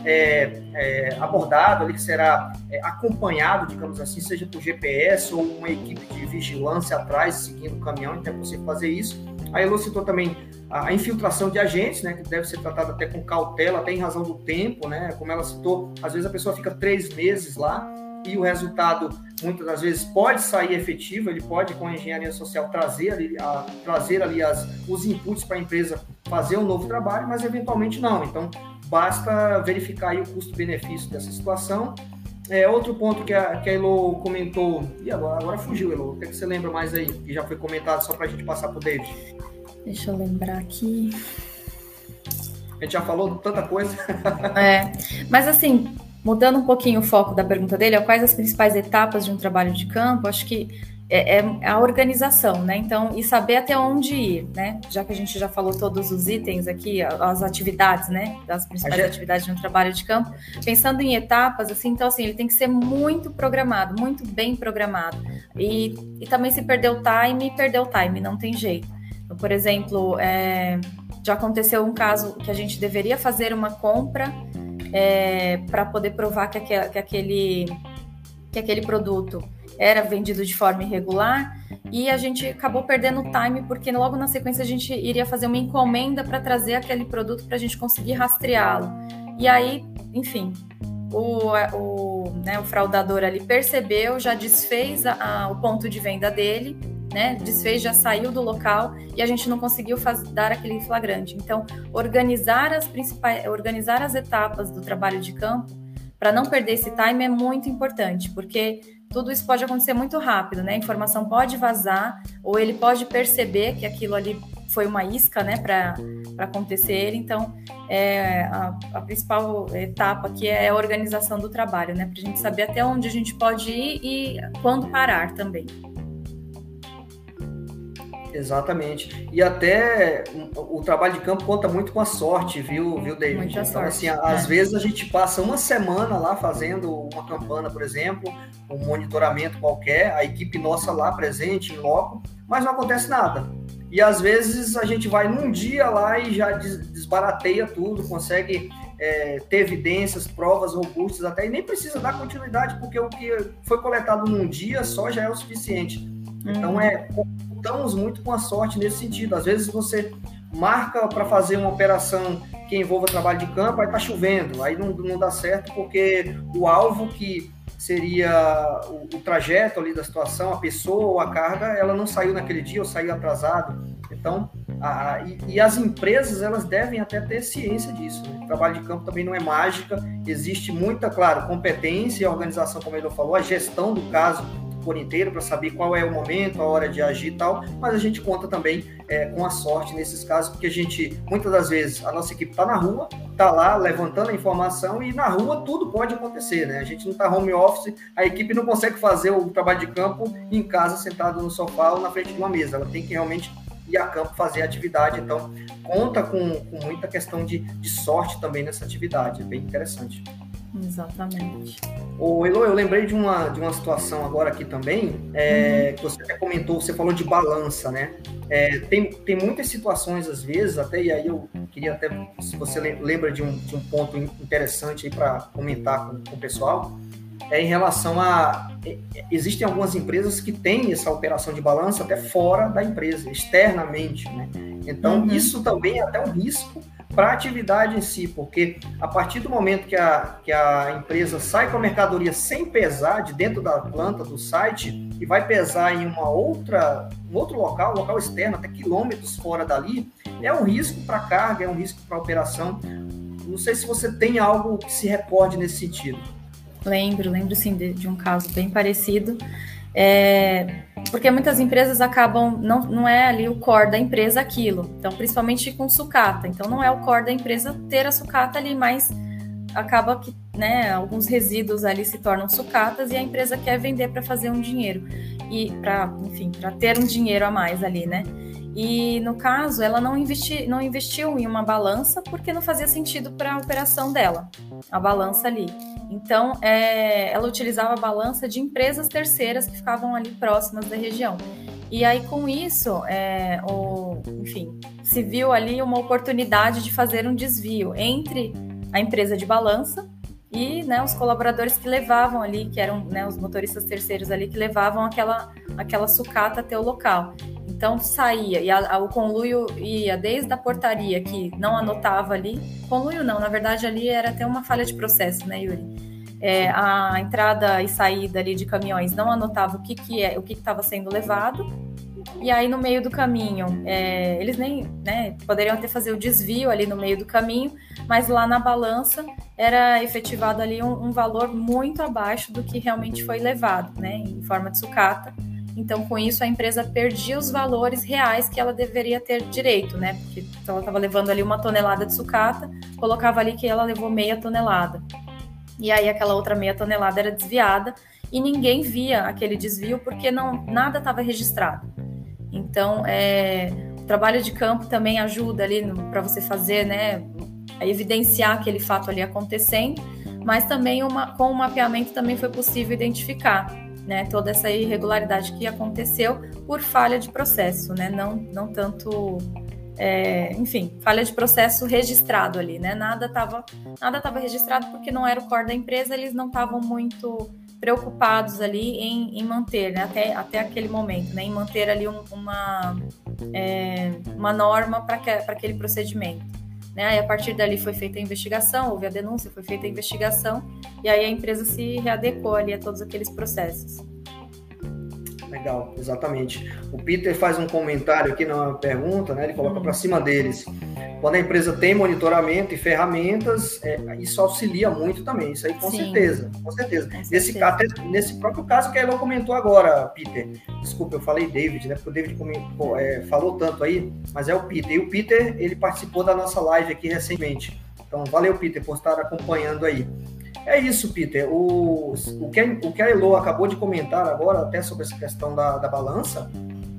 é, é, abordado ali, que será é, acompanhado, digamos assim, seja por G P S ou uma equipe de vigilância atrás, seguindo o caminhão, então é possível fazer isso. A Elô citou também a infiltração de agentes, né, que deve ser tratada até com cautela, até em razão do tempo, né, como ela citou, às vezes a pessoa fica três meses lá e o resultado, muitas das vezes, pode sair efetivo, ele pode, com a engenharia social, trazer ali, a, trazer ali as, os inputs para a empresa fazer um novo trabalho, mas eventualmente não. Então, basta verificar aí o custo-benefício dessa situação. É, outro ponto que a, que a Elô comentou, e agora, agora fugiu, Elô, o que, é que você lembra mais aí, que já foi comentado, só para a gente passar para o David? Deixa eu lembrar aqui. A gente já falou tanta coisa. É, mas assim, mudando um pouquinho o foco da pergunta dele, quais as principais etapas de um trabalho de campo, acho que é, é a organização, né? Então, e saber até onde ir, né? Já que a gente já falou todos os itens aqui, as atividades, né? Das principais gente... atividades de um trabalho de campo, pensando em etapas, assim, então, assim, ele tem que ser muito programado, muito bem programado. E, e também se perder o time, perdeu o time, não tem jeito. Então, por exemplo, é, já aconteceu um caso que a gente deveria fazer uma compra é, para poder provar que, aquele, que, aquele, que aquele produto era vendido de forma irregular e a gente acabou perdendo o time porque logo na sequência a gente iria fazer uma encomenda para trazer aquele produto para a gente conseguir rastreá-lo. E aí, enfim, o, o, né, o fraudador ali percebeu, já desfez a, a, o ponto de venda dele, né, desfez, já saiu do local e a gente não conseguiu faz, dar aquele flagrante. Então, organizar as principais, organizar as etapas do trabalho de campo para não perder esse time é muito importante, porque tudo isso pode acontecer muito rápido, né? A informação pode vazar ou ele pode perceber que aquilo ali foi uma isca, né, para acontecer. Então, é, a, a principal etapa aqui é a organização do trabalho, né, para a gente saber até onde a gente pode ir e quando parar também. Exatamente. E até o, o trabalho de campo conta muito com a sorte, viu, viu, David? Muita então, sorte, assim, às é. vezes a gente passa uma semana lá fazendo uma campana, por exemplo, um monitoramento qualquer, a equipe nossa lá presente, em loco, mas não acontece nada. E às vezes a gente vai num dia lá e já desbarateia tudo, consegue é, ter evidências, provas robustas até, e nem precisa dar continuidade, porque o que foi coletado num dia só já é o suficiente. Então, é, contamos muito com a sorte nesse sentido. Às vezes você marca para fazer uma operação que envolva trabalho de campo, aí está chovendo, aí não, não dá certo porque o alvo que seria o, o trajeto ali da situação, a pessoa ou a carga, ela não saiu naquele dia ou saiu atrasado. Então, a, e, e as empresas, elas devem até ter ciência disso, né? O trabalho de campo também não é mágica, existe muita, claro, competência e organização, como ele falou, a gestão do caso por inteiro para saber qual é o momento, a hora de agir e tal, mas a gente conta também é, com a sorte nesses casos, porque a gente, muitas das vezes, a nossa equipe está na rua, está lá levantando a informação e na rua tudo pode acontecer, né? A gente não está home office, a equipe não consegue fazer o trabalho de campo em casa, sentado no sofá ou na frente de uma mesa, ela tem que realmente ir a campo fazer a atividade, então conta com, com muita questão de, de sorte também nessa atividade, é bem interessante. Exatamente. Ô, Elô, eu lembrei de uma, de uma situação agora aqui também, é, uhum. que você até comentou, você falou de balança, né? É, tem, tem muitas situações, às vezes, até, e aí eu queria até, se você lembra de um, de um ponto interessante aí para comentar com, com o pessoal, é em relação a... Existem algumas empresas que têm essa operação de balança até fora da empresa, externamente, né? Então, uhum. isso também é até um risco para a atividade em si, porque a partir do momento que a, que a empresa sai com a mercadoria sem pesar de dentro da planta, do site, e vai pesar em uma outra, um outro local, um local externo, até quilômetros fora dali, é um risco para a carga, é um risco para a operação. Não sei se você tem algo que se recorde nesse sentido. Lembro, lembro sim de, de um caso bem parecido. É, porque muitas empresas acabam, não, não é ali o core da empresa aquilo, então principalmente com sucata, então não é o core da empresa ter a sucata ali, mas acaba que, né, alguns resíduos ali se tornam sucatas e a empresa quer vender para fazer um dinheiro, e para, enfim, para ter um dinheiro a mais ali, né? E no caso, ela não, investi, não investiu em uma balança porque não fazia sentido para a operação dela, a balança ali. Então, é, ela utilizava a balança de empresas terceiras que ficavam ali próximas da região. E aí, com isso, é, o, enfim, se viu ali uma oportunidade de fazer um desvio entre a empresa de balança e, né, os colaboradores que levavam ali, que eram, né, os motoristas terceiros ali, que levavam aquela, aquela sucata até o local. Então, saía, e a, a, o conluio ia desde a portaria, que não anotava ali, conluio não, na verdade ali era até uma falha de processo, né, Yuri? É, a entrada e saída ali de caminhões não anotava o que que é, o que estava sendo levado, e aí no meio do caminho, é, eles nem, né, poderiam até fazer o desvio ali no meio do caminho, mas lá na balança era efetivado ali um, um valor muito abaixo do que realmente foi levado, né, em forma de sucata. Então, com isso, a empresa perdia os valores reais que ela deveria ter direito, né, porque então, ela estava levando ali uma tonelada de sucata, colocava ali que ela levou meia tonelada. E aí aquela outra meia tonelada era desviada e ninguém via aquele desvio porque não, nada estava registrado. Então, é, o trabalho de campo também ajuda ali para você fazer, né, a evidenciar aquele fato ali acontecendo, mas também uma, com o mapeamento também foi possível identificar, né, toda essa irregularidade que aconteceu por falha de processo, né, não, não tanto... É, enfim, falha de processo registrado ali, né? Nada estava nada tava registrado porque não era o core da empresa, eles não estavam muito preocupados ali em, em manter, né? Até, até aquele momento, né? Em manter ali um, uma, é, uma norma para aquele procedimento. Né? Aí, a partir dali foi feita a investigação, houve a denúncia, foi feita a investigação, e aí a empresa se readequou ali a todos aqueles processos. Legal, exatamente. O Peter faz um comentário aqui na pergunta, né? Ele coloca para cima deles. Quando a empresa tem monitoramento e ferramentas, é, isso auxilia muito também. Isso aí com Sim. certeza, com certeza. Com nesse, certeza. Nesse próprio caso que a Elo comentou agora, Peter. Desculpa, eu falei David, né? Porque o David comentou, é, falou tanto aí, mas é o Peter. E o Peter, ele participou da nossa live aqui recentemente. Então, valeu, Peter, por estar acompanhando aí. É isso, Peter. O, o, que, o que a Elo acabou de comentar agora, até sobre essa questão da, da balança,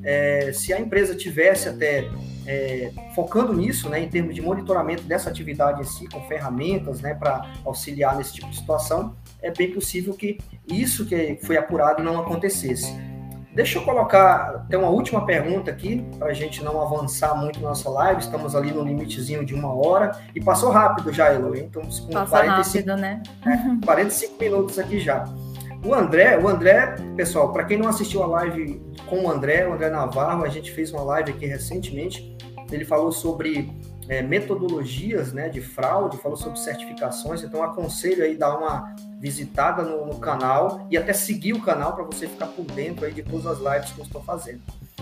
é, se a empresa tivesse até é, focando nisso, né, em termos de monitoramento dessa atividade em si, com ferramentas, né, para auxiliar nesse tipo de situação, é bem possível que isso que foi apurado não acontecesse. Deixa eu colocar, tem uma última pergunta aqui, para a gente não avançar muito na nossa live, estamos ali no limitezinho de uma hora, e passou rápido já, Elo, então com Passa quarenta e cinco, rápido, né? É, quarenta e cinco minutos aqui já. O André, o André, pessoal, para quem não assistiu a live com o André, o André Navarro, a gente fez uma live aqui recentemente, ele falou sobre é, metodologias, né, de fraude, falou sobre certificações, então aconselho aí dar uma visitada no, no canal e até seguir o canal para você ficar por dentro aí de todas as lives que eu estou fazendo.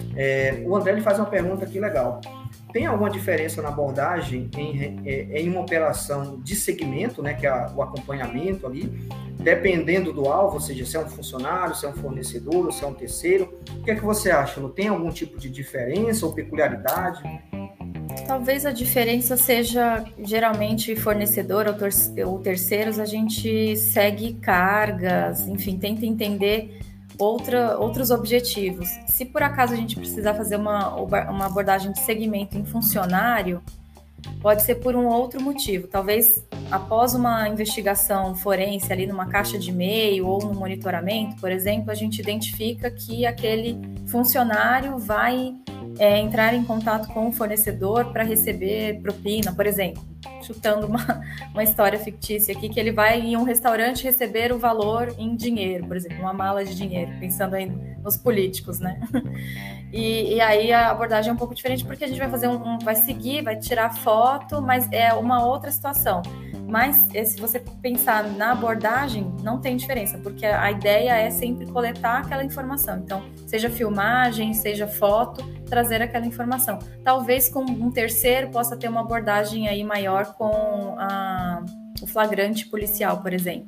É, o André ele faz uma pergunta aqui legal. Tem alguma diferença na abordagem em, em uma operação de segmento, né, que é o acompanhamento ali, dependendo do alvo, ou seja, se é um funcionário, se é um fornecedor, ou se é um terceiro? O que é que você acha? Não tem algum tipo de diferença ou peculiaridade? Talvez a diferença seja, geralmente, fornecedor ou terceiros, a gente segue cargas, enfim, tenta entender outra, outros objetivos. Se por acaso a gente precisar fazer uma, uma abordagem de segmento em funcionário, pode ser por um outro motivo. Talvez após uma investigação forense ali numa caixa de e-mail ou no monitoramento, por exemplo, a gente identifica que aquele funcionário vai é, entrar em contato com o fornecedor para receber propina, por exemplo. Chutando uma, uma história fictícia aqui, que ele vai em um restaurante receber o valor em dinheiro, por exemplo, uma mala de dinheiro, pensando aí nos políticos, né? E, e aí a abordagem é um pouco diferente, porque a gente vai fazer um, um vai seguir, vai tirar foto, mas é uma outra situação. Mas se você pensar na abordagem, não tem diferença, porque a ideia é sempre coletar aquela informação. Então, seja filmagem, seja foto, trazer aquela informação. Talvez com um terceiro possa ter uma abordagem aí maior com a, o flagrante policial, por exemplo.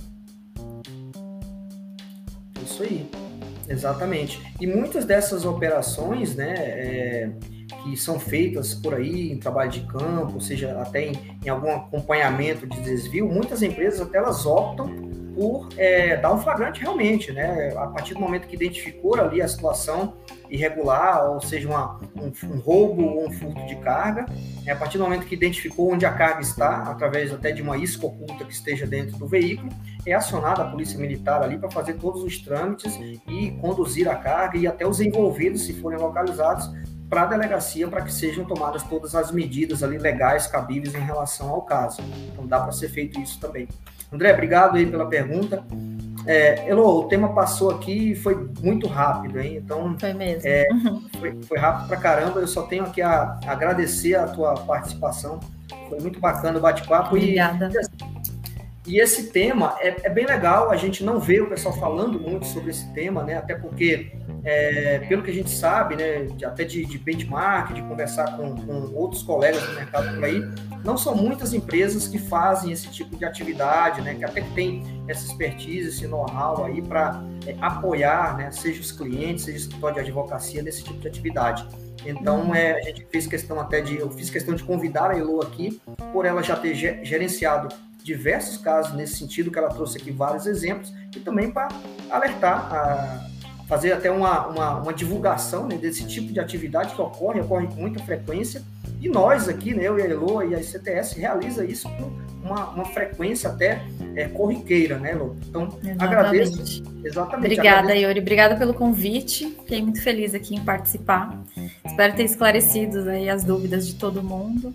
Isso aí, exatamente. E muitas dessas operações, né, é, que são feitas por aí em trabalho de campo, ou seja, até em, em algum acompanhamento de desvio, muitas empresas até elas optam por é, dar um flagrante realmente, né? A partir do momento que identificou ali a situação irregular, ou seja, uma, um, um roubo ou um furto de carga, é, a partir do momento que identificou onde a carga está, através até de uma isca oculta que esteja dentro do veículo, é acionada a polícia militar ali para fazer todos os trâmites e conduzir a carga, e até os envolvidos, se forem localizados, para a delegacia para que sejam tomadas todas as medidas ali legais, cabíveis em relação ao caso. Então dá para ser feito isso também. André, obrigado aí pela pergunta. É, Elo, o tema passou aqui e foi muito rápido, hein? Então, foi mesmo. É, foi, foi rápido pra caramba. Eu só tenho aqui a, a agradecer a tua participação. Foi muito bacana o bate-papo. Obrigada. E, e esse tema é, é bem legal. A gente não vê o pessoal falando muito sobre esse tema, né? Até porque, é, pelo que a gente sabe, né? De, até de, de benchmark, de conversar com, com outros colegas do mercado por aí, não são muitas empresas que fazem esse tipo de atividade, né? Que até que tem essa expertise, esse know-how aí para é, apoiar, né? Seja os clientes, seja o escritório de advocacia nesse tipo de atividade. Então, é, a gente fez questão até de, eu fiz questão de convidar a Elo aqui, por ela já ter gerenciado diversos casos nesse sentido, que ela trouxe aqui vários exemplos, e também para alertar, a, fazer até uma, uma, uma divulgação, né, desse tipo de atividade que ocorre, ocorre com muita frequência, e nós aqui, né, eu e a Elo e a I C T S, realiza isso com uma, uma frequência até é, corriqueira, né, Elo? Então, exatamente. agradeço. Exatamente. Obrigada, agradeço. Iori. Obrigada pelo convite. Fiquei muito feliz aqui em participar. Espero ter esclarecido aí as dúvidas de todo mundo.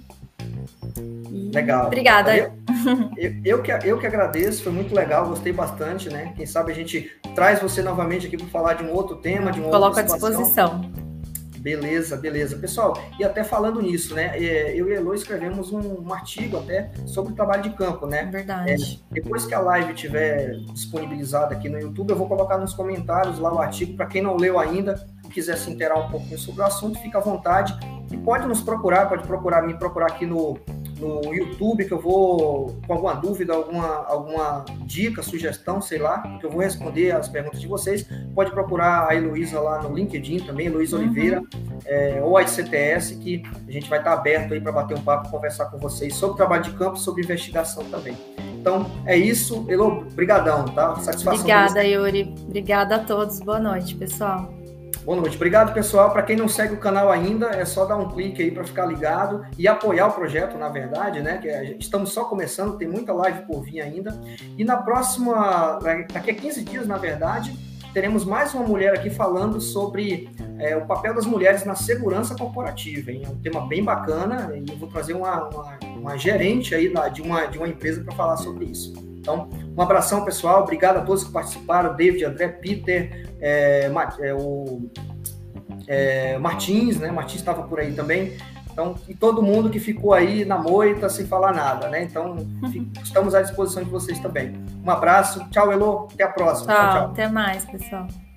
E legal. Obrigada. Eu, eu, eu, que, eu que agradeço, foi muito legal, gostei bastante, né? Quem sabe a gente traz você novamente aqui para falar de um outro tema, de um outro Coloco à disposição. Beleza, beleza. Pessoal, e até falando nisso, né? Eu e a Elo escrevemos um, um artigo até sobre o trabalho de campo, né? Verdade. É, depois que a live estiver disponibilizada aqui no YouTube, eu vou colocar nos comentários lá o artigo, para quem não leu ainda, quiser se inteirar um pouquinho sobre o assunto, fica à vontade. E pode nos procurar, pode procurar, me procurar aqui no, no YouTube, que eu vou, com alguma dúvida, alguma, alguma dica, sugestão, sei lá, que eu vou responder as perguntas de vocês. Pode procurar a Heloísa lá no LinkedIn também, Heloísa uhum. Oliveira, é, ou a I C T S, que a gente vai estar aberto aí para bater um papo, conversar com vocês sobre trabalho de campo, sobre investigação também. Então, é isso. Elo, brigadão, tá? Satisfação. Obrigada, Iori. Obrigada a todos. Boa noite, pessoal. Boa noite. Obrigado, pessoal. Para quem não segue o canal ainda, é só dar um clique aí para ficar ligado e apoiar o projeto, na verdade, né? Que estamos só começando, tem muita live por vir ainda. E na próxima, daqui a quinze dias, na verdade, teremos mais uma mulher aqui falando sobre é, o papel das mulheres na segurança corporativa, hein? É um tema bem bacana e eu vou trazer uma, uma, uma gerente aí de uma, de uma empresa para falar sobre isso. Então, um abração, pessoal. Obrigado a todos que participaram. David, André, Peter, é, é, o é, Martins, né? Martins estava por aí também. Então, e todo mundo que ficou aí na moita sem falar nada, né? Então, estamos à disposição de vocês também. Um abraço. Tchau, Elo. Até a próxima. Tchau, tchau, tchau. Até mais, pessoal.